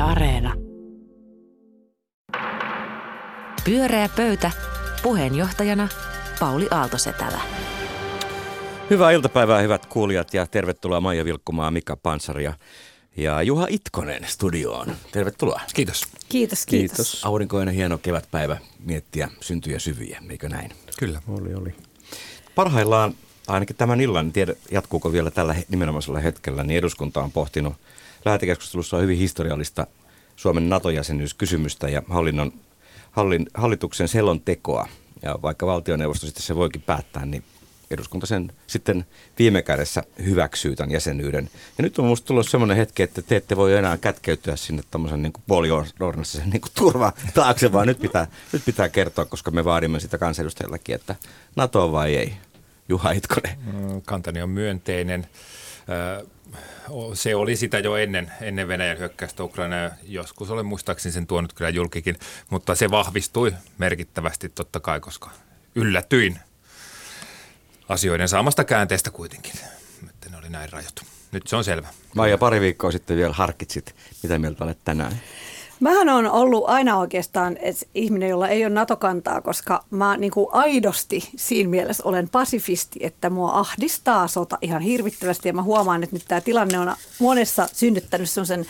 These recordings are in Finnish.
Areena. Pyöreä pöytä. Puheenjohtajana Pauli Aaltosetälä. Hyvää iltapäivää, hyvät kuulijat, ja tervetuloa Maija Vilkkumaa, Mika Pantsari ja Juha Itkonen studioon. Tervetuloa. Kiitos. Kiitos. Aurinkoinen hieno kevätpäivä miettiä syntyjä syviä, eikö näin? Kyllä. Oli. Parhaillaan, ainakin tämän illan, en tiedä jatkuuko vielä tällä nimenomaisella hetkellä, niin eduskunta on pohtinut lähetekeskustelussa hyvin historiallista Suomen NATO-jäsenyyskysymystä ja hallituksen selontekoa. Ja vaikka valtioneuvosto sitten se voikin päättää, niin eduskunta sen sitten viime kädessä hyväksyy tämän jäsenyyden. Ja nyt on musta tullut semmoinen hetki, että te ette voi enää kätkeytyä sinne tommosen niin kuin puoliornassa sen niin kuin turva taakse, vaan nyt pitää kertoa, koska me vaadimme sitä kansanedustajillakin, että NATO vai ei. Juha Itkonen. Kantani on myönteinen. Se oli sitä jo ennen Venäjän hyökkäystä Ukrainaan. Joskus olen muistaakseni sen tuonut kyllä julkikin, mutta se vahvistui merkittävästi totta kai, koska yllätyin asioiden saamasta käänteestä kuitenkin, että ne oli näin rajattu. Nyt se on selvä. Maija, pari viikkoa sitten vielä harkitsit, mitä mieltä olet tänään? Mähän on ollut aina oikeastaan ihminen, jolla ei ole NATO-kantaa, koska mä niin kuin aidosti siinä mielessä olen pasifisti, että mua ahdistaa sota ihan hirvittävästi. Ja mä huomaan, että nyt tämä tilanne on monessa synnyttänyt sellaisen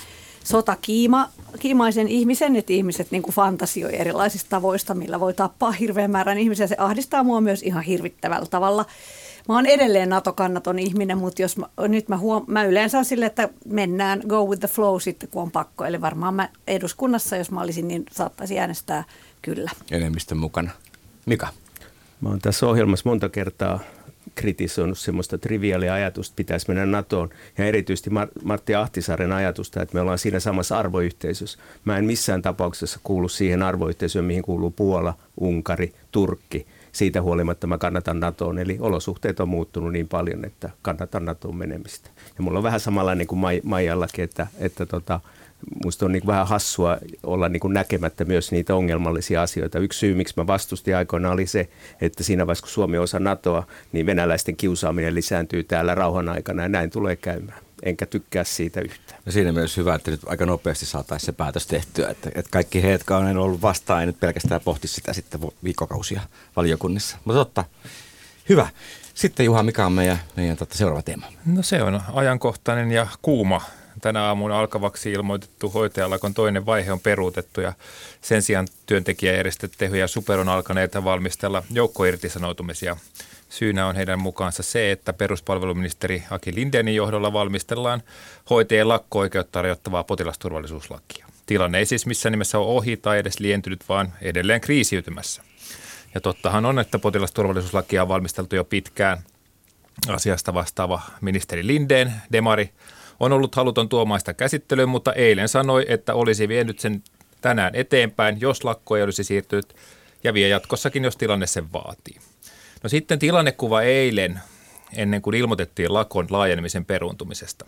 sotakiimaisen ihmisen, että ihmiset niin kuin fantasioi erilaisista tavoista, millä voi tappaa hirveän määrän ihmisiä. Se ahdistaa mua myös ihan hirvittävällä tavalla. Mä oon edelleen NATO-kannaton ihminen, mutta jos mä yleensä on silleen, että mennään go with the flow sitten, kun on pakko. Eli varmaan mä eduskunnassa, jos mä olisin, niin saattaisi äänestää kyllä. Enemmistön mukana. Mika? Mä oon tässä ohjelmassa monta kertaa kritisoinut semmoista triviaalia ajatusta, pitäisi mennä NATOon, ja erityisesti Martti Ahtisaaren ajatusta, että me ollaan siinä samassa arvoyhteisössä. Mä en missään tapauksessa kuulu siihen arvoyhteisöön, mihin kuuluu Puola, Unkari, Turkki. Siitä huolimatta mä kannatan NATOon, eli olosuhteet on muuttunut niin paljon, että kannatan NATOon menemistä. Ja mulla on vähän samanlainen kuin Maijallakin, että musta on niin vähän hassua olla niin näkemättä myös niitä ongelmallisia asioita. Yksi syy, miksi mä vastustin aikoina, oli se, että siinä vaiheessa, kun Suomi on osa NATOa, niin venäläisten kiusaaminen lisääntyy täällä rauhan aikana, ja näin tulee käymään. Enkä tykkää siitä yhtään. Ja siinä myös hyvä, että nyt aika nopeasti saataisiin se päätös tehtyä, että kaikki he, jotka on ollut vastaan, ei nyt pelkästään pohti sitä sitten viikkokausia valiokunnissa. Mutta totta, hyvä. Sitten Juha, mikä on meidän seuraava teema? No se on ajankohtainen ja kuuma. Tänä aamuna alkavaksi ilmoitettu hoitajalakon toinen vaihe on peruutettu, ja sen sijaan työntekijäjärjestöt Tehy ja Super on alkaneet valmistella joukkoirtisanoutumisia. Syynä on heidän mukaansa se, että peruspalveluministeri Aki Lindénin johdolla valmistellaan hoitajien lakko-oikeutta rajoittavaa potilasturvallisuuslakia. Tilanne ei siis missään nimessä ole ohi tai edes lientynyt, vaan edelleen kriisiytymässä. Ja tottahan on, että potilasturvallisuuslakia on valmisteltu jo pitkään. Asiasta vastaava ministeri Lindén, demari, on ollut haluton tuomaan sitä käsittelyyn, mutta eilen sanoi, että olisi vienyt sen tänään eteenpäin, jos lakko ei olisi siirtynyt, ja vie jatkossakin, jos tilanne sen vaatii. No sitten tilannekuva eilen, ennen kuin ilmoitettiin lakon laajenemisen peruuntumisesta.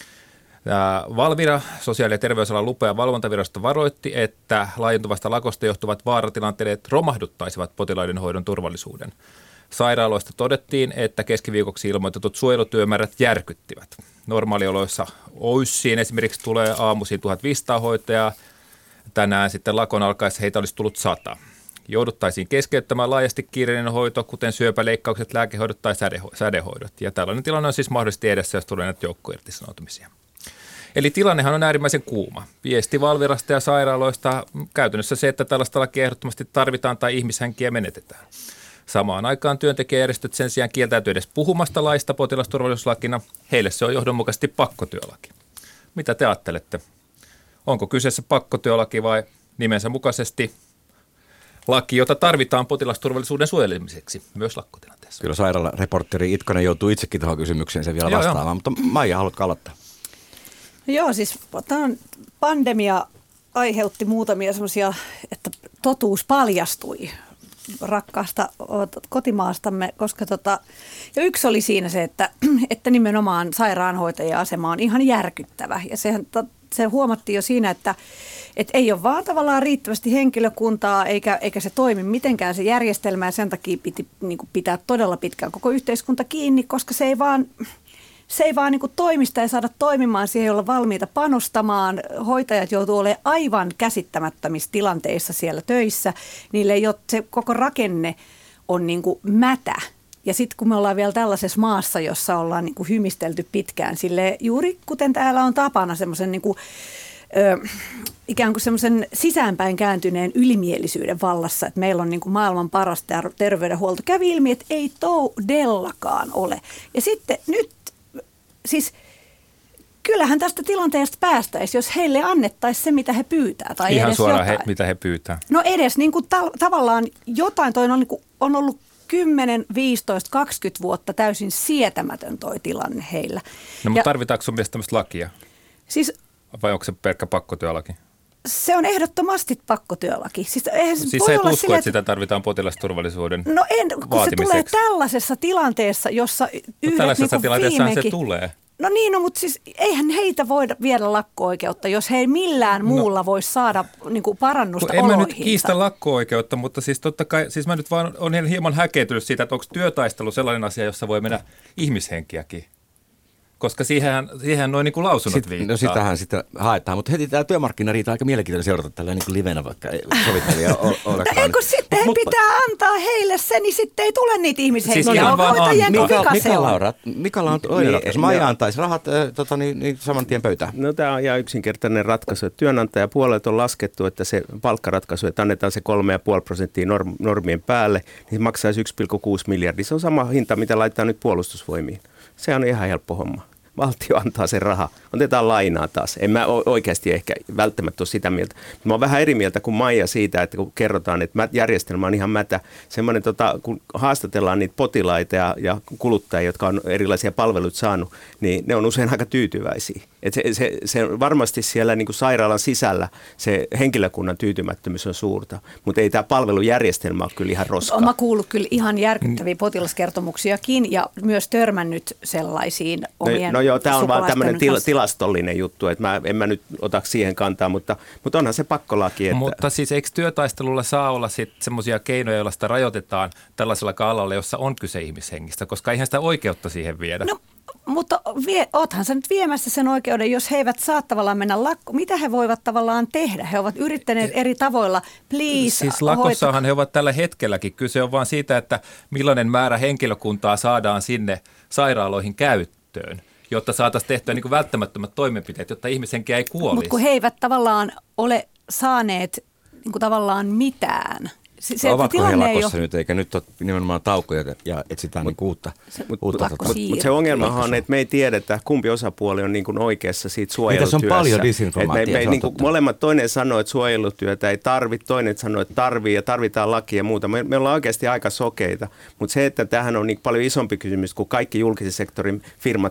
Valvira, sosiaali- ja terveysalan lupa- ja valvontavirasto, varoitti, että laajentuvasta lakosta johtuvat vaaratilanteet romahduttaisivat potilaiden hoidon turvallisuuden. Sairaaloista todettiin, että keskiviikoksi ilmoitetut suojelutyömäärät järkyttivät. Normaalioloissa OYSiin esimerkiksi tulee aamuisin 1500 hoitajaa. Tänään sitten lakon alkaessa heitä olisi tullut 100. Jouduttaisiin keskeyttämään laajasti kiireinen hoito, kuten syöpäleikkaukset, lääkehoidot tai sädehoidot. Ja tällainen tilanne on siis mahdollisesti edessä, jos tulee näitä joukkoirtisanoutumisia. Eli tilannehan on äärimmäisen kuuma. Viesti Valvirasta ja sairaaloista käytännössä se, että tällaista lakia ehdottomasti tarvitaan tai ihmishenkiä menetetään. Samaan aikaan työntekijäjärjestöt sen sijaan kieltäytyy edes puhumasta laista potilasturvallisuuslakina. Heille se on johdonmukaisesti pakkotyölaki. Mitä te ajattelette? Onko kyseessä pakkotyölaki vai nimensä mukaisesti laki, jota tarvitaan potilasturvallisuuden suojelemiseksi myös lakkotilanteessa? Kyllä sairaalareportteri Itkonen joutuu itsekin tuohon kysymykseen sen vielä vastaamaan, mutta Maija, haluatko aloittaa? Joo, siis pandemia aiheutti muutamia semmoisia, että totuus paljastui rakkaasta kotimaastamme, koska ja yksi oli siinä se, että nimenomaan sairaanhoitajien asema on ihan järkyttävä, ja se huomattiin jo siinä, että ei ole vaan tavallaan riittävästi henkilökuntaa eikä se toimi mitenkään se järjestelmä, ja sen takia piti niin kuin pitää todella pitkään koko yhteiskunta kiinni, koska se ei vaan, se ei vaan niin kuin toimista ja saada toimimaan, siihen ei olla valmiita panostamaan. Hoitajat joutuu olemaan aivan käsittämättömissä tilanteissa siellä töissä. Niille ei ole, se koko rakenne on niin kuin mätä. Ja sitten kun me ollaan vielä tällaisessa maassa, jossa ollaan niin kuin hymistelty pitkään, sille juuri kuten täällä on tapana semmoisen niin kuin ikään kuin semmoisen sisäänpäin kääntyneen ylimielisyyden vallassa, että meillä on niin kuin maailman paras terveydenhuolto. Kävi ilmi, että ei todellakaan ole. Ja sitten nyt, siis kyllähän tästä tilanteesta päästäisiin, jos heille annettaisiin se, mitä he pyytää. Tai ihan edes suoraan mitä he pyytää. No edes niin kuin tavallaan jotain, toi on, niin kuin, on ollut 10, 15, 20 vuotta täysin sietämätön toi tilanne heillä. No mutta tarvitaanko sun mielestä tämmöistä lakia? Siis vai onko se pelkkä pakkotyölaki? Se on ehdottomasti pakkotyölaki. Siis sä et usko, että sitä tarvitaan potilasturvallisuuden kun se tulee tällaisessa tilanteessa, jossa yhdet tällaisessa niin tilanteessahan se tulee. No niin, no, mutta siis eihän heitä voida viedä lakko-oikeutta, jos he ei millään muulla voi saada niin kuin parannusta oloihinsa. En mä nyt kiistä lakko-oikeutta, mutta siis totta kai, siis mä nyt vaan on hieman häkeytynyt siitä, että onko työtaistelu sellainen asia, jossa voi mennä ihmishenkiäkin. Koska siihen noin niin kuin lausunnot viittaa. No sitähän sitä haetaan, mutta heti tämä työmarkkinariita aika mielenkiintoinen seurata tällä niin kuin livenä, vaikka sovittelija olekaan. Eikö sitten pitää antaa heille se, niin sitten ei tule niitä ihmishenkiä. Siis ihan vaan Mika Laura, Mikalla on toinen ratkaisu. Maija antaisi rahat niin saman tien pöytään. No tämä on ihan yksinkertainen ratkaisu. Työnantajapuolelta on laskettu, että se palkkaratkaisu, että annetaan se 3,5% normien päälle, niin maksaisi 1,6 miljardia. Se on sama hinta, mitä laittaa nyt puolustusvoimiin. Se on ihan helppo homma. Valtio antaa sen raha. Otetaan lainaa taas. En mä oikeasti ehkä välttämättä ole sitä mieltä. Mä oon vähän eri mieltä kuin Maija siitä, että kun kerrotaan, että järjestelmä on ihan mätä. Semmoinen, kun haastatellaan niitä potilaita ja kuluttajia, jotka on erilaisia palveluita saanut, niin ne on usein aika tyytyväisiä. Et se varmasti siellä niin kuin sairaalan sisällä se henkilökunnan tyytymättömyys on suurta, mutta ei tämä palvelujärjestelmä ole kyllä ihan roskaa. Olen kuullut kyllä ihan järkyttäviä potilaskertomuksiakin ja myös törmännyt sellaisiin omien No joo, tämä on vaan tämmöinen tilastollinen juttu, että en mä nyt ota siihen kantaa, mutta onhan se pakkolaki. Että... Mutta siis eikö työtaistelulla saa olla sitten semmoisia keinoja, joilla sitä rajoitetaan tällaisella alalla, jossa on kyse ihmishengistä, koska eihän sitä oikeutta siihen viedä. No, mutta oothan sä nyt viemässä sen oikeuden, jos he eivät saa tavallaan mennä lakkoon. Mitä he voivat tavallaan tehdä? He ovat yrittäneet eri tavoilla. Please, siis lakossahan he ovat tällä hetkelläkin. Kyse on vaan siitä, että millainen määrä henkilökuntaa saadaan sinne sairaaloihin käyttöön, jotta saataisiin tehtyä niin kuin välttämättömät toimenpiteet, jotta ihmishenkiä ei kuolisi. Mutta kun he eivät tavallaan ole saaneet niin kuin tavallaan mitään. Ovatko he lakossa nyt, eikä nyt ole nimenomaan taukoja ja etsitään niin uutta. Mutta se ongelmahan on, että me ei tiedetä, kumpi osapuoli on niin kuin oikeassa siitä suojelutyössä. Tässä on paljon disinformaatiota. Niin molemmat, toinen sanoo, että suojelutyötä ei tarvitse, toinen sanoo, että tarvii ja tarvitaan lakia ja muuta. Me ollaan oikeasti aika sokeita, mutta se, että tämähän on niin paljon isompi kysymys, kun kaikki julkisen sektorin firmat,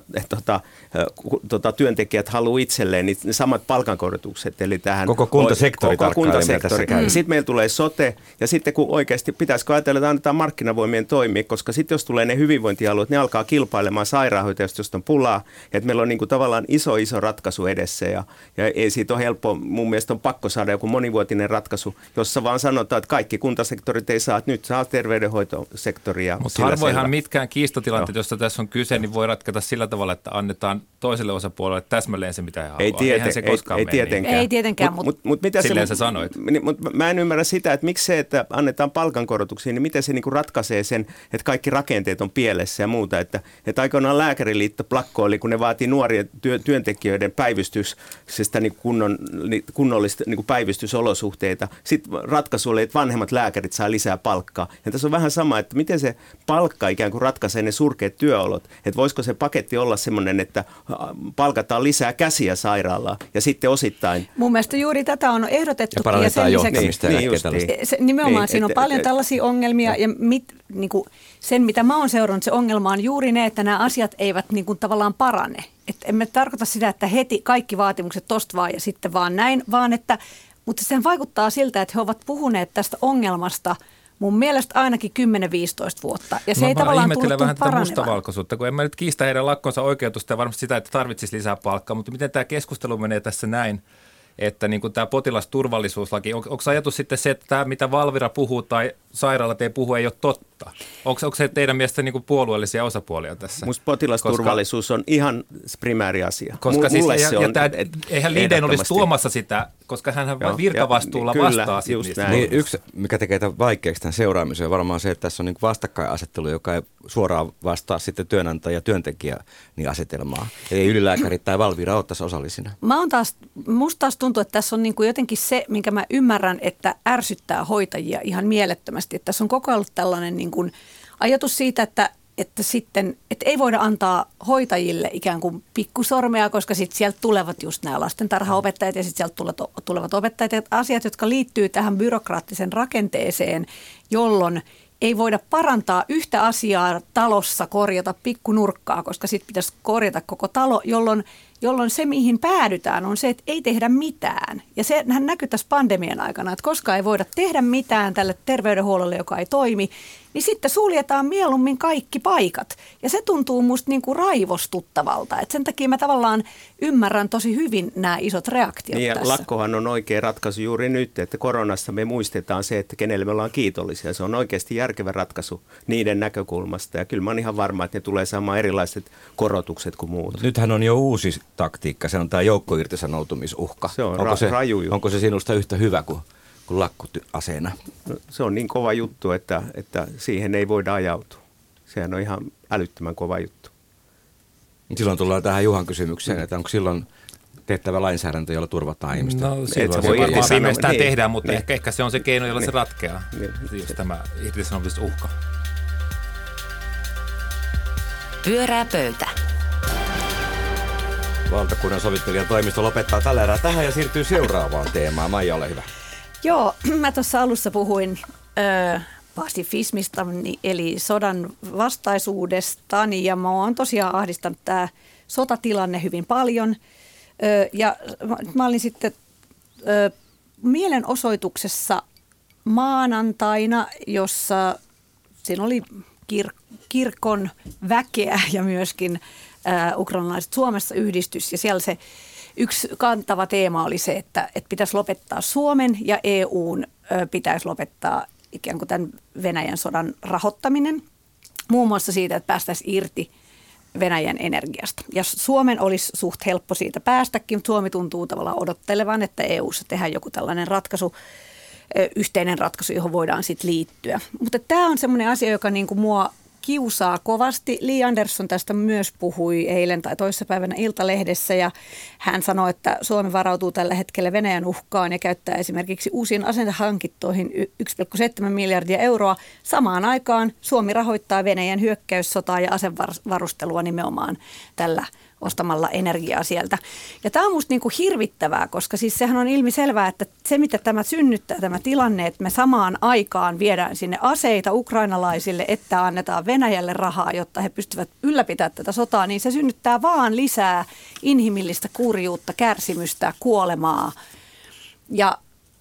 työntekijät haluaa itselleen niin ne samat palkankorotukset. Eli tähän koko kuntasektori tarkkailee. Sitten meillä tulee sote ja sitten kun oikeasti pitäisikö ajatella, että annetaan markkinavoimien toimia, koska sitten jos tulee ne hyvinvointialueet, ne alkaa kilpailemaan sairaanhoitajasta, josta on pulaa, ja että meillä on niin kuin tavallaan iso ratkaisu edessä, ja ei siitä ole helppo, mun mielestä on pakko saada joku monivuotinen ratkaisu, jossa vaan sanotaan, että kaikki kuntasektorit ei saa, että nyt saa terveydenhoitosektoria. Mutta harvoinhan mitkään kiistatilanteet, josta tässä on kyse, niin voi ratkata sillä tavalla, että annetaan toiselle osapuolelle täsmälleen se, mitä he haluaa. Eihän se koskaan mene. Ei tietenkään. Silleen sä sanoit. Mutta mä en ymmärrä sitä, että miksi se, että annetaan palkankorotuksia, niin miten se niin kuin ratkaisee sen, että kaikki rakenteet on pielessä ja muuta. Että aikoinaan Lääkäriliitto plakkoili, kun ne vaatii nuorien työntekijöiden päivystyksestä niin kunnollista niin kuin päivystysolosuhteita. Sitten ratkaisu oli, että vanhemmat lääkärit saa lisää palkkaa. Ja tässä on vähän sama, että miten se palkka ikään kuin ratkaisee ne surkeat työolot. Että voisiko se paketti olla semmoinen, että palkataan lisää käsiä sairaalaan ja sitten osittain. Mun mielestä juuri tätä on ehdotettu. Ja parannetaan johtamista ja nimenomaan siinä on paljon tällaisia ongelmia ja sen, mitä mä oon seurannut, se ongelma on juuri ne, että nämä asiat eivät niin kuin tavallaan parane. Että emme tarkoita sitä, että heti kaikki vaatimukset tosta vaan ja sitten vaan näin, vaan että, mutta sehän vaikuttaa siltä, että he ovat puhuneet tästä ongelmasta mun mielestä ainakin 10-15 vuotta. Ja se ei tavallaan tullut vähän tätä paranevaan. mustavalkoisuutta, kun en mä nyt kiistä heidän lakkonsa oikeutusta ja varmasti sitä, että tarvitsisi lisää palkkaa, mutta miten tämä keskustelu menee tässä näin? Että niin kuin tämä potilasturvallisuuslaki, onko ajatus sitten se, että tämä mitä Valvira puhuu tai sairaalat ei puhu, ei ole totta. Onko se teidän mielestä niin kuin puolueellisia osapuolia tässä? Minusta potilasturvallisuus on ihan primääri asia. Koska eihän Lindén olisi ehdottomasti tuomassa sitä, koska hänhän vain virkavastuulla vastaa niistä. Niin, yksi, mikä tekee tämän vaikeaksi tämän seuraamisen, on varmaan se, että tässä on niin vastakkainasettelu, joka ei suoraan vastaa sitten työnantaja- ja työntekijä niin asetelmaa. Ei ylilääkärit tai Valvira ole tässä osallisina. Musta taas tuntuu, että tässä on niin kuin jotenkin se, minkä mä ymmärrän, että ärsyttää hoitajia ihan mielettömästi. Että tässä on koko ajan ollut tällainen niin kuin ajatus siitä, että ei voida antaa hoitajille ikään kuin pikkusormea, koska sitten sieltä tulevat just nämä lastentarhaopettajat ja sitten sieltä tulevat opettajat ja asiat, jotka liittyy tähän byrokraattisen rakenteeseen, jolloin ei voida parantaa yhtä asiaa talossa, korjata pikkunurkkaa, koska sitten pitäisi korjata koko talo, jolloin se, mihin päädytään, on se, että ei tehdä mitään. Ja sehän näkyy tässä pandemian aikana, että koska ei voida tehdä mitään tälle terveydenhuollolle, joka ei toimi, niin sitten suljetaan mieluummin kaikki paikat. Ja se tuntuu musta niin kuin raivostuttavalta. Et sen takia mä tavallaan ymmärrän tosi hyvin nämä isot reaktiot niin tässä. Lakkohan on oikea ratkaisu juuri nyt, että koronassa me muistetaan se, että kenelle me ollaan kiitollisia. Se on oikeasti järkevä ratkaisu niiden näkökulmasta. Ja kyllä mä oon ihan varma, että ne tulee saamaan erilaiset korotukset kuin muut. Nythän on jo uusi taktiikka, se on tämä joukkoirtisanoutumisuhka. Se on raju juttu. Onko se sinusta yhtä hyvä kuin lakkoaseena? No, se on niin kova juttu, että siihen ei voida ajautua. Sehän on ihan älyttömän kova juttu. Silloin tullaan tähän Juhan kysymykseen, että onko silloin tehtävä lainsäädäntö, jolla turvataan ihmistä? No silloin se varmaan viimeistään tehdään, mutta ehkä se on se keino, jolla se ratkeaa, just tämä irtisanomisuhka. Pyörää pöytä. Valtakunnan sovittelijan toimisto lopettaa tällä erää tähän ja siirtyy seuraavaan teemaan. Maija, ole hyvä. Joo, mä tuossa alussa puhuin pasifismista, eli sodan vastaisuudestani, ja mä oon tosiaan ahdistanut tämä sotatilanne hyvin paljon. Ja mä olin sitten mielenosoituksessa maanantaina, jossa siinä oli kirkon väkeä ja myöskin ukrainalaiset Suomessa yhdistys, ja siellä se yksi kantava teema oli se, että pitäisi lopettaa Suomen ja EUn pitäisi lopettaa ikään kuin tämän Venäjän sodan rahoittaminen, muun muassa siitä, että päästäisiin irti Venäjän energiasta. Ja Suomen olisi suht helppo siitä päästäkin, mutta Suomi tuntuu tavallaan odottelevan, että EUssa tehdään joku tällainen ratkaisu, yhteinen ratkaisu, johon voidaan sitten liittyä. Mutta tämä on semmoinen asia, joka niinku mua kiusaa kovasti. Li Andersson tästä myös puhui eilen tai toissapäivänä Iltalehdessä, ja hän sanoi, että Suomi varautuu tällä hetkellä Venäjän uhkaan ja käyttää esimerkiksi uusiin asehankintoihin 1,7 miljardia euroa. Samaan aikaan Suomi rahoittaa Venäjän hyökkäyssotaa ja asevarustelua nimenomaan tällä ostamalla energiaa sieltä. Ja tämä on musta niinku hirvittävää, koska siis sehän on ilmiselvää, että se mitä tämä synnyttää, tämä tilanne, että me samaan aikaan viedään sinne aseita ukrainalaisille, että annetaan Venäjälle rahaa, jotta he pystyvät ylläpitämään tätä sotaa, niin se synnyttää vaan lisää inhimillistä kurjuutta, kärsimystä, kuolemaa. Ja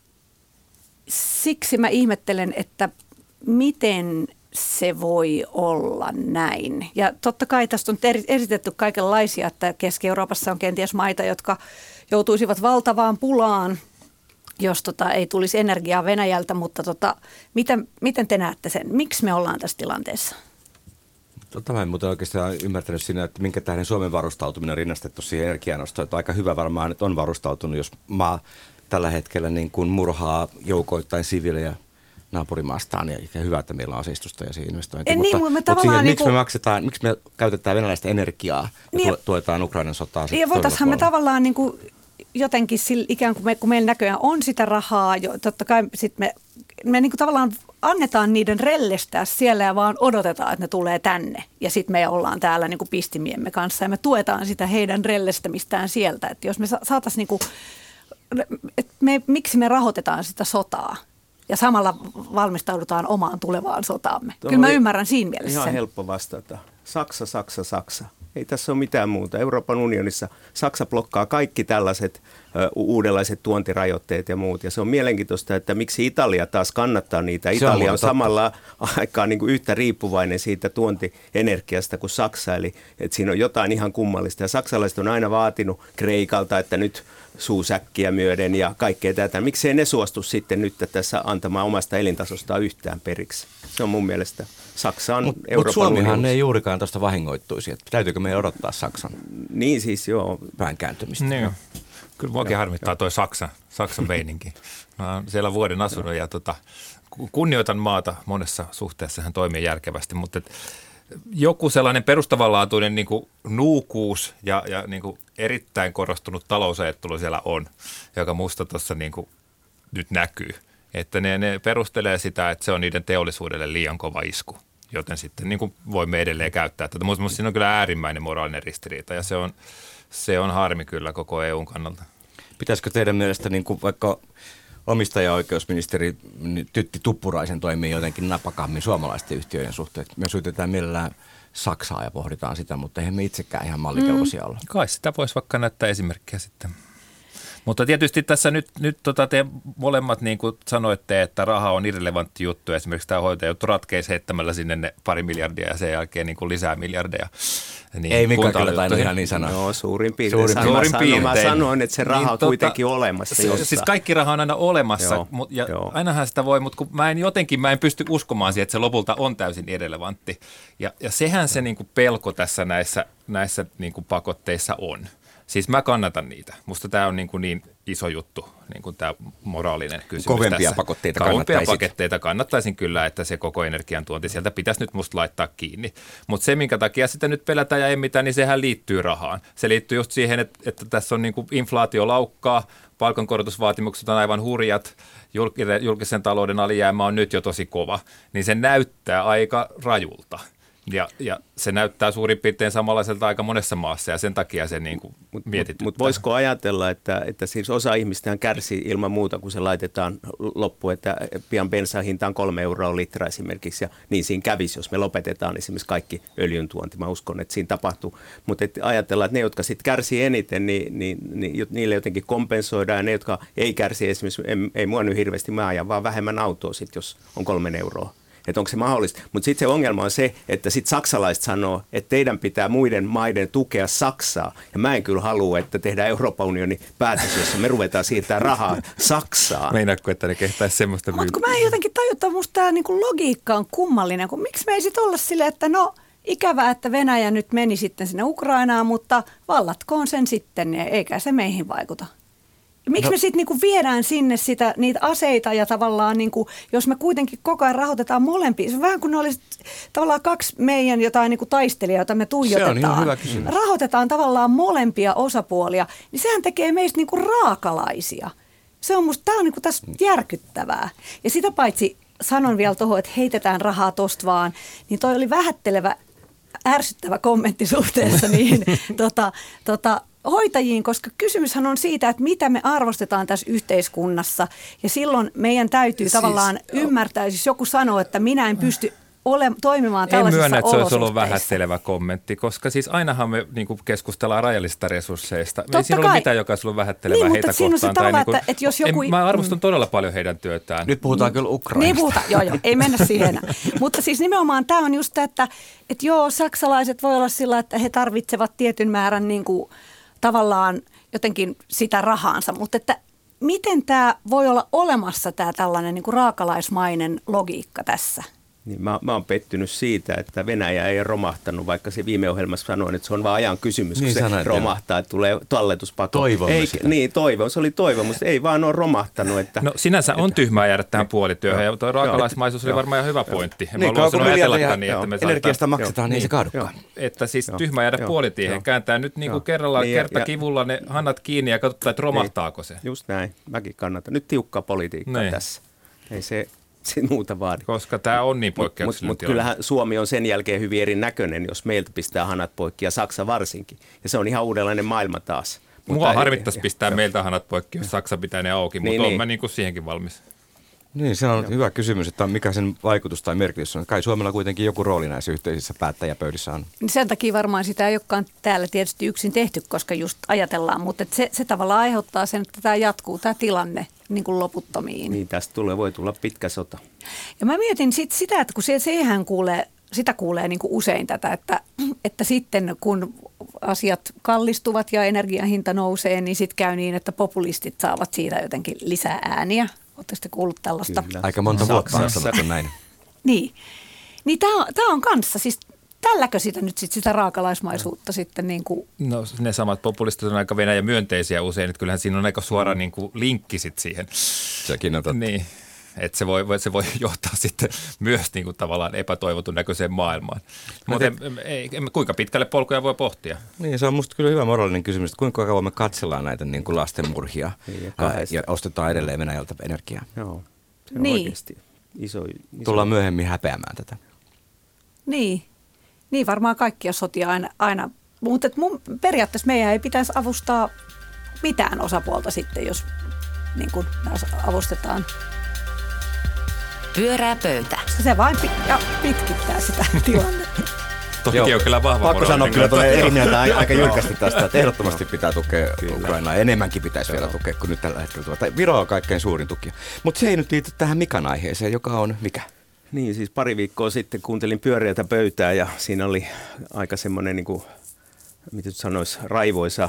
siksi mä ihmettelen, että miten se voi olla näin. Ja totta kai tästä on esitetty kaikenlaisia, että Keski-Euroopassa on kenties maita, jotka joutuisivat valtavaan pulaan, jos ei tulisi energiaa Venäjältä, mutta miten te näette sen? Miksi me ollaan tässä tilanteessa? Mä en muuten oikeastaan ymmärtänyt siinä, että minkä tähden Suomen varustautuminen on rinnastettu siihen energianostoon. Että aika hyvä varmaan, että on varustautunut, jos maa tällä hetkellä niin kuin murhaa joukoittain siviilejä naapurimaastaan, ja hyvä, että meillä on aseistusta ja siihen investointia. Mutta siihen, miksi me käytetään venäläistä energiaa ja tuetaan Ukrainan sotaa? Ja voitaisiin me tavallaan niin kuin jotenkin ikään kuin kun meillä näköjään on sitä rahaa, totta kai sitten me niin kuin tavallaan annetaan niiden rellestää siellä ja vaan odotetaan, että ne tulee tänne. Ja sitten me ollaan täällä niin kuin pistimiemme kanssa ja me tuetaan sitä heidän rellestämistään sieltä. Että jos me saataisiin, niin kuin, miksi me rahoitetaan sitä sotaa? Ja samalla valmistaudutaan omaan tulevaan sotaamme. Kyllä mä ymmärrän siinä mielessä ihan sen. Helppo vastata. Saksa. Ei tässä ole mitään muuta. Euroopan unionissa Saksa blokkaa kaikki tällaiset uudenlaiset tuontirajoitteet ja muut. Ja se on mielenkiintoista, että miksi Italia taas kannattaa niitä. Italia on samalla aikaan niin kuin yhtä riippuvainen siitä tuontienergiasta kuin Saksa, eli että siinä on jotain ihan kummallista. Ja saksalaiset on aina vaatinut Kreikalta, että nyt suusäkkiä myöden ja kaikkea tätä. Miksei ne suostu sitten nyt tässä antamaan omasta elintasostaan yhtään periksi? Se on mun mielestä Saksa on Euroopan Mutta Suomihan ei juurikaan tuosta vahingoittuisi. Että täytyykö meidän odottaa Saksan niin siis joo pään kääntymistä? Niin. Kyllä muakin harmittaa toi Saksan meininki. Mä oon siellä vuoden asunut ja kunnioitan maata monessa suhteessa, hän toimii järkevästi, mutta joku sellainen perustavanlaatuinen niin kuin nuukuus ja niin kuin erittäin korostunut talousajattelu siellä on, joka musta tuossa niin kuin nyt näkyy. Että ne perustelee sitä, että se on niiden teollisuudelle liian kova isku, joten sitten niin kuin voimme edelleen käyttää tätä. Mutta siinä on kyllä äärimmäinen moraalinen ristiriita ja se on harmi kyllä koko EUn kannalta. Pitäisikö teidän mielestä niin kuin vaikka omistajaoikeusministeri Tytti Tuppuraisen toimii jotenkin napakammin suomalaisten yhtiöiden suhteen? Me syytetään mielellään Saksaa ja pohditaan sitä, mutta eihän me itsekään ihan mallikelpoisia olla. Kai sitä voisi vaikka näyttää esimerkkiä sitten. Mutta tietysti tässä nyt te molemmat niin kuin sanoitte, että raha on irrelevantti juttu. Esimerkiksi tämä hoitajuttu ratkeisi heittämällä sinne ne pari miljardia ja sen jälkeen niin kuin lisää miljardeja. Niin ei Mika kyllä tainnut ihan niin sanoa. Joo, suurin piirtein. Mä sanoin, että se raha on kuitenkin olemassa. Siis kaikki raha on aina olemassa ja ainahan sitä voi, mutta kun mä en pysty uskomaan siihen, että se lopulta on täysin irrelevantti. Ja sehän se niin kuin pelko tässä näissä niin kuin pakotteissa on. Siis mä kannatan niitä. Musta tämä on niin iso juttu, niin kuin tämä moraalinen kysymys. Kovempia pakotteita kannattaisin. Pakotteita kannattaisin kyllä, että se koko energiantuonti sieltä pitäisi nyt musta laittaa kiinni. Mutta se, minkä takia sitä nyt pelätään ja emmitään, niin sehän liittyy rahaan. Se liittyy just siihen, että tässä on niin kuin inflaatio laukkaa, palkankorotusvaatimukset on aivan hurjat, julkisen talouden alijäämä on nyt jo tosi kova, niin se näyttää aika rajulta. Ja se näyttää suurin piirtein samanlaiselta aika monessa maassa ja sen takia se niin kuin mietityttää. Mutta voisiko ajatella, että siis osa ihmistä kärsii ilman muuta, kun se laitetaan loppuun, että pian bensan hinta on 3 euroa litra esimerkiksi ja niin siinä kävisi, jos me lopetetaan esimerkiksi kaikki öljyntuonti. Mä uskon, että siinä tapahtuu. Mutta ajatellaan, että ne, jotka sitten kärsii eniten, niin niille jotenkin kompensoidaan ja ne, jotka ei kärsi esimerkiksi, ei mua nyt hirveästi, mä ajan vaan vähemmän autoa sitten, jos on 3 euroa. Että onko se mahdollista. Mutta sitten se ongelma on se, että sitten saksalaiset sanoo, että teidän pitää muiden maiden tukea Saksaa. Ja mä en kyllä halua, että tehdään Euroopan unionin päätös, jossa me ruvetaan siirtämään rahaa Saksaan. Meinaatko, että ne kehtäisi semmoista myytä? Mutta kun mä en jotenkin tajuttaa, musta tämä niinku logiikka on kummallinen. Kun miksi me ei sitten olla silleen, että no ikävää, että Venäjä nyt meni sitten sinne Ukrainaan, mutta vallatkoon sen sitten, eikä se meihin vaikuta. Miksi me sitten niinku viedään sinne niitä aseita ja tavallaan, niinku, jos me kuitenkin koko ajan rahoitetaan molempia, se on vähän kuin ne olisi tavallaan 2 meidän jotain niinku taistelijaa, joita me tuijotetaan. Se on ihan hyvä kysymys. Rahoitetaan tavallaan molempia osapuolia, niin sehän tekee meistä niinku raakalaisia. Se on musta, tämä on niinku tässä järkyttävää. Ja sitä paitsi sanon vielä tuohon, että heitetään rahaa tosta vaan, niin toi oli vähättelevä, ärsyttävä kommentti suhteessa niihin hoitajiin, koska kysymyshän on siitä, että mitä me arvostetaan tässä yhteiskunnassa. Ja silloin meidän täytyy tavallaan ymmärtää, jos joku sanoo, että minä en pysty toimimaan tällaisissa olosuhteissa. En myönnä, että se olisi ollut vähättelevä kommentti, koska siis ainahan me niin kuin keskustellaan rajallisista resursseista. Ei siinä ole mitään, joka olisi ollut vähättelevää niin, heitä kohtaan. Tai niin kuin, että jos joku... Mä arvostan todella paljon heidän työtään. Nyt puhutaan kyllä Ukrainasta. Niin puhutaan, joo, ei mennä siihen enää. Mutta siis nimenomaan tämä on just, että joo, saksalaiset voi olla sillä, että he tarvitsevat tietyn määrän niin kuin, tavallaan jotenkin sitä rahaansa, mutta että miten tämä voi olla olemassa tämä tällainen niin kuin raakalaismainen logiikka tässä? Niin mä oon pettynyt siitä, että Venäjä ei romahtanut, vaikka se viime ohjelmassa sanoi, että se on vaan ajan kysymys, kun niin se romahtaa, että tulee talletuspakko. Toivomme sitä. Niin, se oli toivo, mutta ei vaan ole romahtanut. Että, no sinänsä on tyhmää jäädä tähän puolityöhön, ja tuo raakalaismaisuus oli varmaan ihan hyvä pointti. Niin, kun energiasta maksetaan, niin se kaadukaan. Että siis tyhmää jäädä puolitiehen, kääntää nyt niin kuin kertakivulla ne hanat kiinni ja katsotaan, että romahtaako se. Just näin, mäkin kannatan. Nyt tiukkaa politiikkaa tässä. Ei se muuta vaadi. Koska tämä on niin poikkeuksellinen Mutta kyllähän Suomi on sen jälkeen hyvin erinäköinen, jos meiltä pistää hanat poikki ja Saksa varsinkin. Ja se on ihan uudenlainen maailma taas. Mua harmittaisi pistää meiltä hanat poikki, jos Saksa pitää ne auki, mutta olen mä niin kuin siihenkin valmis. Niin, se on hyvä kysymys, että mikä sen vaikutus tai merkitys on. Kai Suomella kuitenkin joku rooli näissä yhteisissä päättäjäpöydissä on. Sen takia varmaan sitä ei olekaan täällä tietysti yksin tehty, koska just ajatellaan, mutta se tavallaan aiheuttaa sen, että tämä jatkuu, tämä tilanne niin kuin loputtomiin. Niin, tästä voi tulla pitkä sota. Ja mä mietin sitä, että kun sitä kuulee niin kuin usein tätä, että sitten kun asiat kallistuvat ja energian hinta nousee, niin sitten käy niin, että populistit saavat siitä jotenkin lisää ääniä. Oletteko te kuullut tällaista? Kyllä. Aika monta vuotta on sanottu näin. Niin tämä on kanssa, siis tälläkö sitä nyt sitä raakalaismaisuutta sitten niin kuin? No ne samat populistit on aika Venäjä myönteisiä usein, että kyllähän siinä on aika suora niin kuin linkki sitten siihen. Sekin on totta. Niin, että se voi johtaa sitten myös niin kuin tavallaan epätoivotun näköiseen maailmaan. Mutta kuinka pitkälle polkuja voi pohtia? Niin, se on musta kyllä hyvä moraalinen kysymys, että kuinka kauan me katsellaan näitä niin kuin lastenmurhia ja ostetaan edelleen Venäjältä energiaa. Joo, se on Niin. oikeasti iso. Tullaan myöhemmin häpeämään tätä. Niin varmaan kaikkia sotia aina. Mutta periaatteessa meidän ei pitäisi avustaa mitään osapuolta sitten, jos niin kuin avustetaan. Pyörää pöytä. Se vain pitkittää sitä tilannetta. Toki on kyllä vahva Pakko sanoa moraalinen kyllä tuonne kanta. eri mieltä aika jyrkästi tästä, että ehdottomasti pitää tukea Ukrainaa. Enemmänkin pitäisi vielä tukea kuin nyt tällä hetkellä. Tai Viro on kaikkein suurin tukija. Mutta se ei nyt liity tähän Mikan aiheeseen, joka on mikä? Niin, siis pari viikkoa sitten kuuntelin Pyöreätä pöytää ja siinä oli aika semmoinen, niin kuin, mitä nyt sanoisi, raivoisa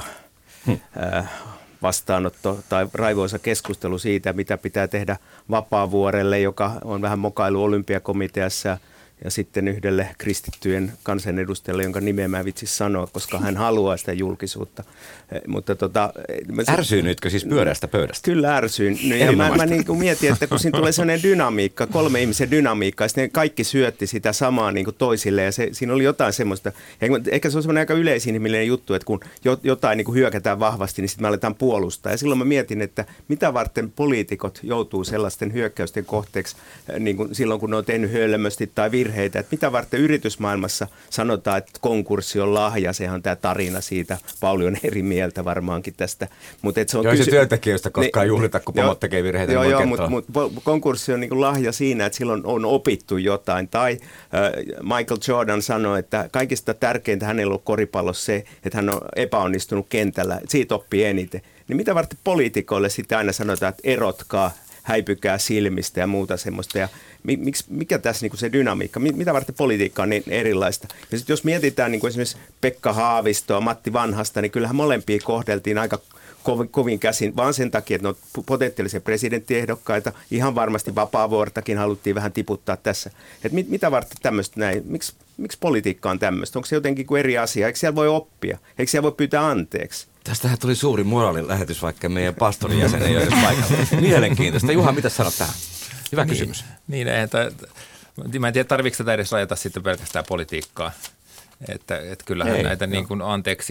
vastaanotto tai raivoisa keskustelu siitä, mitä pitää tehdä Vapaavuorelle, joka on vähän mokailu olympiakomiteassa, ja sitten yhdelle kristittyjen kansanedustajalle, jonka nimeä mä en vitsi sanoa, koska hän haluaa sitä julkisuutta. Mutta Ärsyynytkö siis Pyöreästä pöydästä? Kyllä ärsyin. No, ja mä niin kuin mietin, että kun siinä tulee sellainen dynamiikka, 3 ihmisen dynamiikka, ja sitten kaikki syötti sitä samaa niin kuin toisille, ja siinä oli jotain semmoista. Ehkä se on semmoinen aika yleisinhimillinen juttu, että kun jotain niin kuin hyökätään vahvasti, niin sitten me aletaan puolustaa. Ja silloin mä mietin, että mitä varten poliitikot joutuu sellaisten hyökkäysten kohteeksi, niin kuin silloin kun ne on tehnyt hölmösti tai virheitä, että mitä varten yritysmaailmassa sanotaan, että konkurssi on lahja, sehän on tämä tarina siitä, Pauli on eri mieltä varmaankin tästä. Mutta se on se työntekijöistä koskaan juhlita, kun pomot tekee virheitä, joo, mutta konkurssi on niin lahja siinä, että silloin on opittu jotain. Tai Michael Jordan sanoi, että kaikista tärkeintä hänellä on ollut koripallossa se, että hän on epäonnistunut kentällä, että siitä oppii eniten. Niin mitä varten poliitikoille sitten aina sanotaan, että erotkaa, häipykää silmistä ja muuta semmoista. Ja mikä tässä niin se dynamiikka, mitä varten politiikka on niin erilaista? Ja sitten jos mietitään niin esimerkiksi Pekka Haavistoa, Matti Vanhasta, niin kyllähän molempia kohdeltiin aika kovin käsin, vaan sen takia, että ne on potentiaalisia presidenttiehdokkaita. Ihan varmasti Vapaavuortakin haluttiin vähän tiputtaa tässä. Että mitä varten tämmöistä näin? Miksi politiikka on tämmöistä? Onko se jotenkin kuin eri asia? Eikö siellä voi oppia? Eikö siellä voi pyytää anteeksi? Tästähän tuli suuri moraalin lähetys, vaikka meidän pastorin jäsen ei ole edes paikalla. Mielenkiintoista. Juha, mitä sanot tähän? Hyvä kysymys. Niin, mä en tiedä, tarvitseeko tätä edes rajata sitten pelkästään politiikkaan. Että kyllähän näitä niin kuin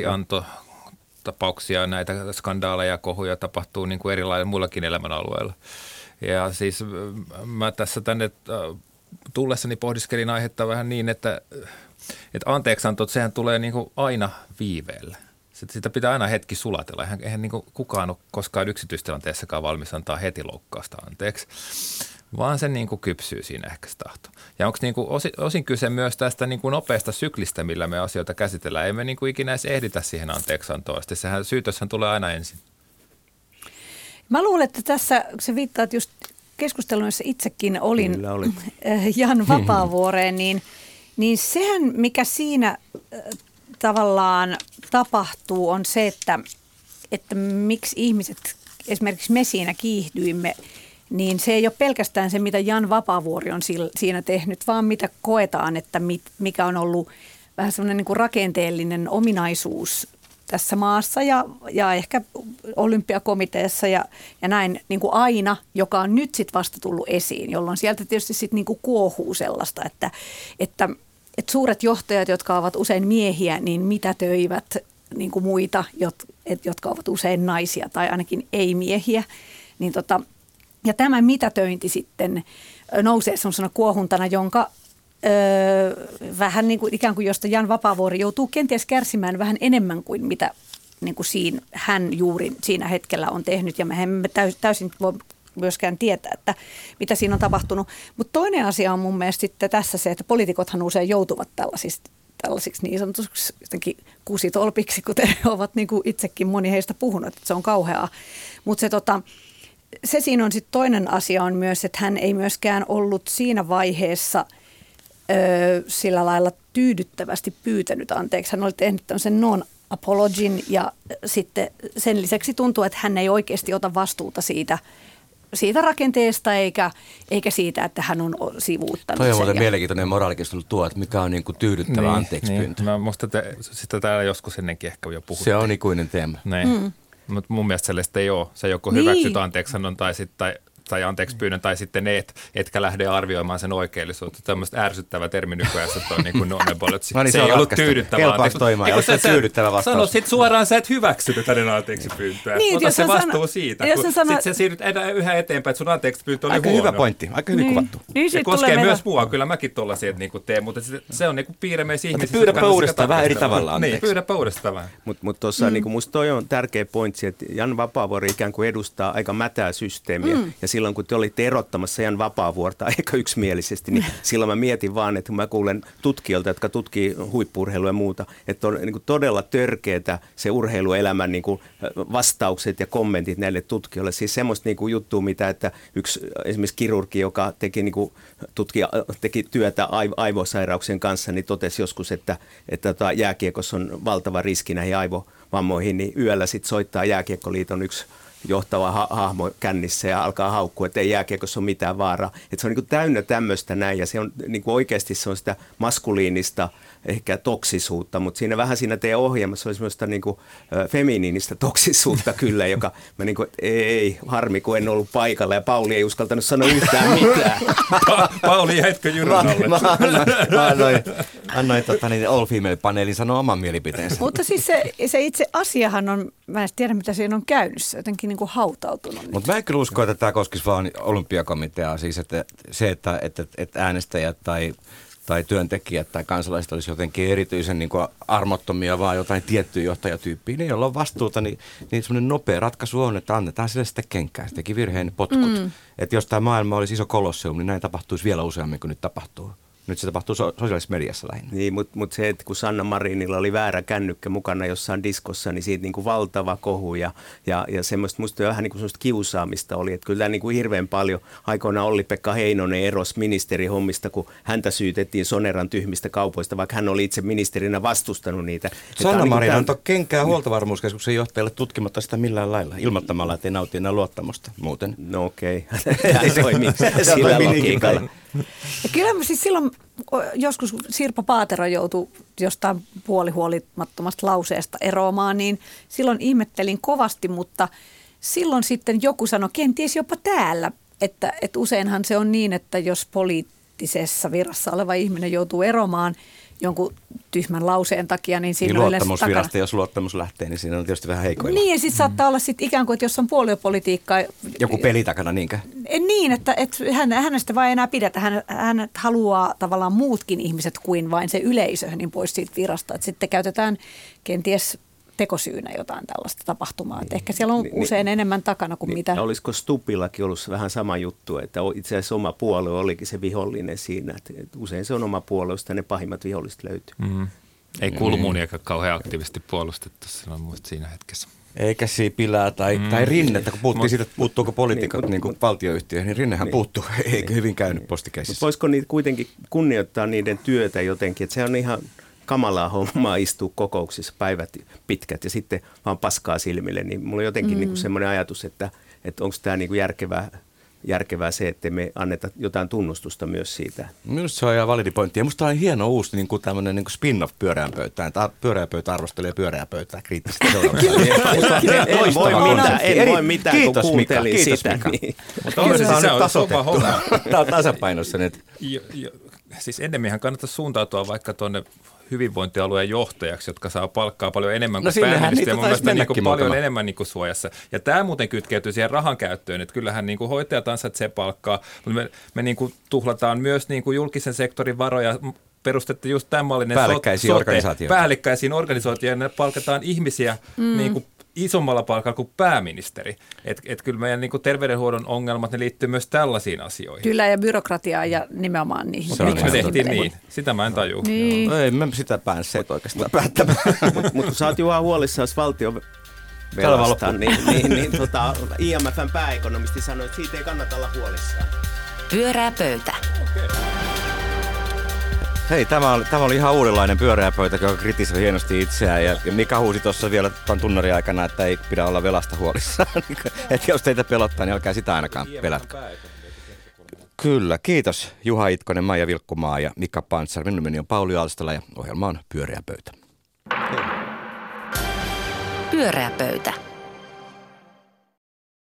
anteeksiantotapauksia, näitä skandaaleja ja kohuja tapahtuu niin kuin erilaisilla muillakin elämänalueilla. Ja siis mä tässä tänne tullessani pohdiskelin aihetta vähän niin, että anteeksiantot, sehän tulee niin kuin aina viiveellä. Sitä pitää aina hetki sulatella. Eihän niin kuin kukaan ole koskaan yksityistilanteessakaan valmis antaa heti loukkausta anteeksi, vaan se niin kuin kypsyy siinä ehkä se tahto. Ja onko niin kuin osin kyse myös tästä niin kuin nopeasta syklistä, millä me asioita käsitellään? Ei me niin kuin ikinä edes ehditä siihen anteeksiantoon. Sehän syytöshän tulee aina ensin. Mä luulen, että tässä, kun sä viittaat just keskusteluun, jossa itsekin olin Jan Vapaavuoreen, niin sehän, mikä siinä tavallaan tapahtuu, on se, että miksi ihmiset, esimerkiksi me siinä kiihdyimme, niin se ei ole pelkästään se, mitä Jan Vapaavuori on siinä tehnyt, vaan mitä koetaan, että mikä on ollut vähän semmoinen niin kuin rakenteellinen ominaisuus tässä maassa ja ehkä olympiakomiteassa ja näin niin kuin aina, joka on nyt sitten vasta tullut esiin, jolloin sieltä tietysti sitten niin kuin kuohuu sellaista, että suuret johtajat, jotka ovat usein miehiä, niin mitätöivät niin kuin muita, jotka ovat usein naisia tai ainakin ei-miehiä. Niin ja tämä mitätöinti sitten nousee sellaisena kuohuntana, jonka vähän niin kuin ikään kuin josta Jan Vapaavuori joutuu kenties kärsimään vähän enemmän kuin mitä niin kuin hän juuri siinä hetkellä on tehnyt. Ja me emme täysin voi myöskään tietää, että mitä siinä on tapahtunut. Mutta toinen asia on mun mielestä sitten tässä se, että poliitikothan usein joutuvat tällaisiksi niin sanotuksi jotenkin kusitolpiksi, kuten ovat niin kuin itsekin moni heistä puhunut, että se on kauheaa. Mutta se siinä on sitten toinen asia on myös, että hän ei myöskään ollut siinä vaiheessa sillä lailla tyydyttävästi pyytänyt anteeksi. Hän oli tehnyt tämmöisen non-apologin ja sitten sen lisäksi tuntuu, että hän ei oikeasti ota vastuuta siitä rakenteesta eikä siitä, että hän on sivuuttanut sen. Toi on muuten ja mielenkiintoinen moraalikeskustelu tuo, että mikä on niin kuin tyydyttävä anteeksi pyyntö. Mä musta sitä täällä joskus ennenkin ehkä jo puhuttiin. Se on ikuinen teema. Mutta mun mielestä sellaista ei ole. Sä joko hyväksyt anteeksiannon tai anteeksi pyynnön, tai sitten etkä lähde arvioimaan sen oikeellisuutta. Tämmöistä ärsyttävä termi nykyään, että on niin kuin non-apology. No niin, se ei ollut tyydyttävä kelpaako toimaan, jos se tyydyttävä vastaus. Sano sitten suoraan, sä et hyväksynyt hänen anteeksi pyyntöä. Niin, ota se vastuu siitä. Sitten se siirryt yhä eteenpäin, että sun anteeksi pyyntö oli aika huono. hyvä pointti, aika hyvin kuvattu. Niin, se koskee myös mua. Kyllä mäkin tollaisia niin teen, mutta se on niin kuin piirre meissä ihmisissä. Pyydäpä uudestaan vähän eri tavalla anteeksi. Niin, pyydäpä uudestaan vähän. Mutta tuossa niin musta toi on tärkeä pointsi, että Jan Vapaavuori ikään kuin edustaa aika mätää systeemiä. Ja silloin kun te olitte erottamassa Jan Vapaavuorta aika yksimielisesti, niin silloin mä mietin vaan, että mä kuulen tutkijoilta, jotka tutkii huippu-urheilua ja muuta, että on niin kuin todella törkeätä se urheiluelämän niin kuin vastaukset ja kommentit näille tutkijoille. Siis semmoista niin kuin juttua, mitä että yksi esimerkiksi kirurgi, joka teki työtä aivosairauksien kanssa, niin totesi joskus, että jääkiekossa on valtava riski näihin aivovammoihin, niin yöllä sitten soittaa Jääkiekkoliiton yksi johtava hahmo kännissä ja alkaa haukkua, että ei jääkiekossa ole mitään vaaraa. Että se on niin kuin täynnä tämmöistä näin ja se on niin kuin oikeasti se on sitä maskuliinista ehkä toksisuutta, mutta siinä teidän ohjelmassa oli semmoista niin kuin feminiinistä toksisuutta kyllä, joka mä niin kuin, ei harmi kun en ollut paikalla ja Pauli ei uskaltanut sanoa yhtään mitään. Pauli jäitkö junan alle? Mä annoin All Female-paneelin sanoa oman mielipiteensä. Mutta siis se itse asiahan on, mä en tiedä mitä siinä on käynyt, se jotenkin niin kuin hautautunut. Mutta mä en kyllä usko, että tämä koskisi vaan olympiakomiteaa, siis että se, että äänestäjät tai työntekijät tai kansalaiset olisi jotenkin erityisen niin kuin armottomia, vaan jotain tiettyä johtajatyyppiä. Ne, joilla on vastuuta, niin semmoinen nopea ratkaisu on, että annetaan sille sitä kenkää. Se teki virheen potkut. Että jos tämä maailma olisi iso kolosseum, niin näin tapahtuisi vielä useammin kuin nyt tapahtuu. Nyt se tapahtuu sosiaalisessa mediassa lähinnä. Niin, mutta se, että kun Sanna Marinilla oli väärä kännykkä mukana jossain diskossa, niin siitä niin kuin valtava kohu ja semmoista, musta vähän niin kuin semmoista kiusaamista oli. Että kyllä niin kuin hirveän paljon aikoinaan Olli-Pekka Heinonen erosi ministerihommista, kun häntä syytettiin Soneran tyhmistä kaupoista, vaikka hän oli itse ministerinä vastustanut niitä. Sanna Marin antoi kenkää huoltovarmuuskeskuksen johtajalle tutkimatta sitä millään lailla, ilmoittamalla, että ei nauti enää luottamusta muuten. No okei, tämä toimii sillä logiikalla. Ja kyllä mä siis silloin joskus Sirpa Paatero joutui jostain puolihuolimattomasta lauseesta eroamaan, niin silloin ihmettelin kovasti, mutta silloin sitten joku sanoi, kenties jopa täällä, että useinhan se on niin, että jos poliittisessa virassa oleva ihminen joutuu eroamaan jonkun tyhmän lauseen takia, niin siinä on yleensä luottamusvirasta, jos luottamus lähtee, niin siinä on tietysti vähän heikoilla. Niin, ja sitten saattaa olla sitten ikään kuin, että jos on puoluepolitiikkaa. Joku peli takana, niinkö? Niin, että hänestä vaan ei enää pidetä. Hän haluaa tavallaan muutkin ihmiset kuin vain se yleisö niin pois siitä virasta. Että sitten käytetään kenties tekosyynä jotain tällaista tapahtumaa. Että ehkä siellä on usein enemmän takana kuin mitä. Olisiko Stuppillakin ollut vähän sama juttu, että itse asiassa oma puolue olikin se vihollinen siinä. Että usein se on oma puolue, josta ne pahimmat viholliset löytyy. Ei Kulmuniakaan kauhean aktiivisesti puolustettu siinä hetkessä. Eikä Sipilää tai Rinnettä, kun puhuttiin siitä, että puuttuuko poliitikot niin valtioyhtiöihin, niin Rinnehän puuttuu, eikä hyvin käynyt postikeississä. Voisiko niitä kuitenkin kunnioittaa niiden työtä jotenkin, että se on ihan kamalaa hommaa istua kokouksissa päivät pitkät ja sitten vaan paskaa silmille, niin mulla on jotenkin niin kuin semmoinen ajatus, että onko tämä niin kuin järkevää se, että me anneta jotain tunnustusta myös siitä. Minusta se on ihan validi pointti. Ja musta on hieno uusi niin kuin tämmöinen niin kuin spin-off pyöreän pöytään. Pyöreä pöytä arvostelee pyöreää pöytää kriittisesti seuraavassa. En voi mitään, kun kuuntelin sitä. Mutta on se nyt tasoitettu. Tämä on tasapainossa nyt. Siis ennemminhän kannattaisi suuntautua vaikka tuonne hyvinvointialueen johtajaksi, jotka saa palkkaa paljon enemmän kuin pääministeri, ja mun mielestä niin paljon enemmän niin kuin suojassa. Ja tämä muuten kytkeytyy siihen rahan käyttöön, että kyllähän niin kuin hoitajat ansaitsee palkkaa, mutta me niin kuin tuhlataan myös niin kuin julkisen sektorin varoja, perustettiin just tämän mallinen päällekkäisiin organisaatioihin, ja ne palkataan ihmisiä niin kuin isommalla palkalla kuin pääministeri. Et kyllä meidän niin kuin terveydenhuollon ongelmat, ne liittyy myös tällaisiin asioihin. Kyllä, ja byrokratiaa ja nimenomaan niihin. Mutta miksi me tehtiin niin? Sitä mä en tajua. Niin. Ei me sitä päässeet oikeastaan päättämään. Mutta kun sä oot Juha huolissaan valtion velasta, niin IMFn pääekonomisti sanoi, että siitä ei kannata olla huolissaan. Pyörää pöytä. Hei, tämä oli ihan uudenlainen pyöreä pöytä, joka kritisoi hienosti itseään. Ja Mika huusi tuossa vielä tuon tunnarin aikana, että ei pidä olla velasta huolissaan. Että jos teitä pelottaa, niin älkää sitä ainakaan pelätkö. Kyllä, kiitos Juha Itkonen, Maija Vilkkumaa ja Mika Pantsar. Minun nimeni on Pauli Alstola ja ohjelma on Pyöreä pöytä. Pyöreä pöytä.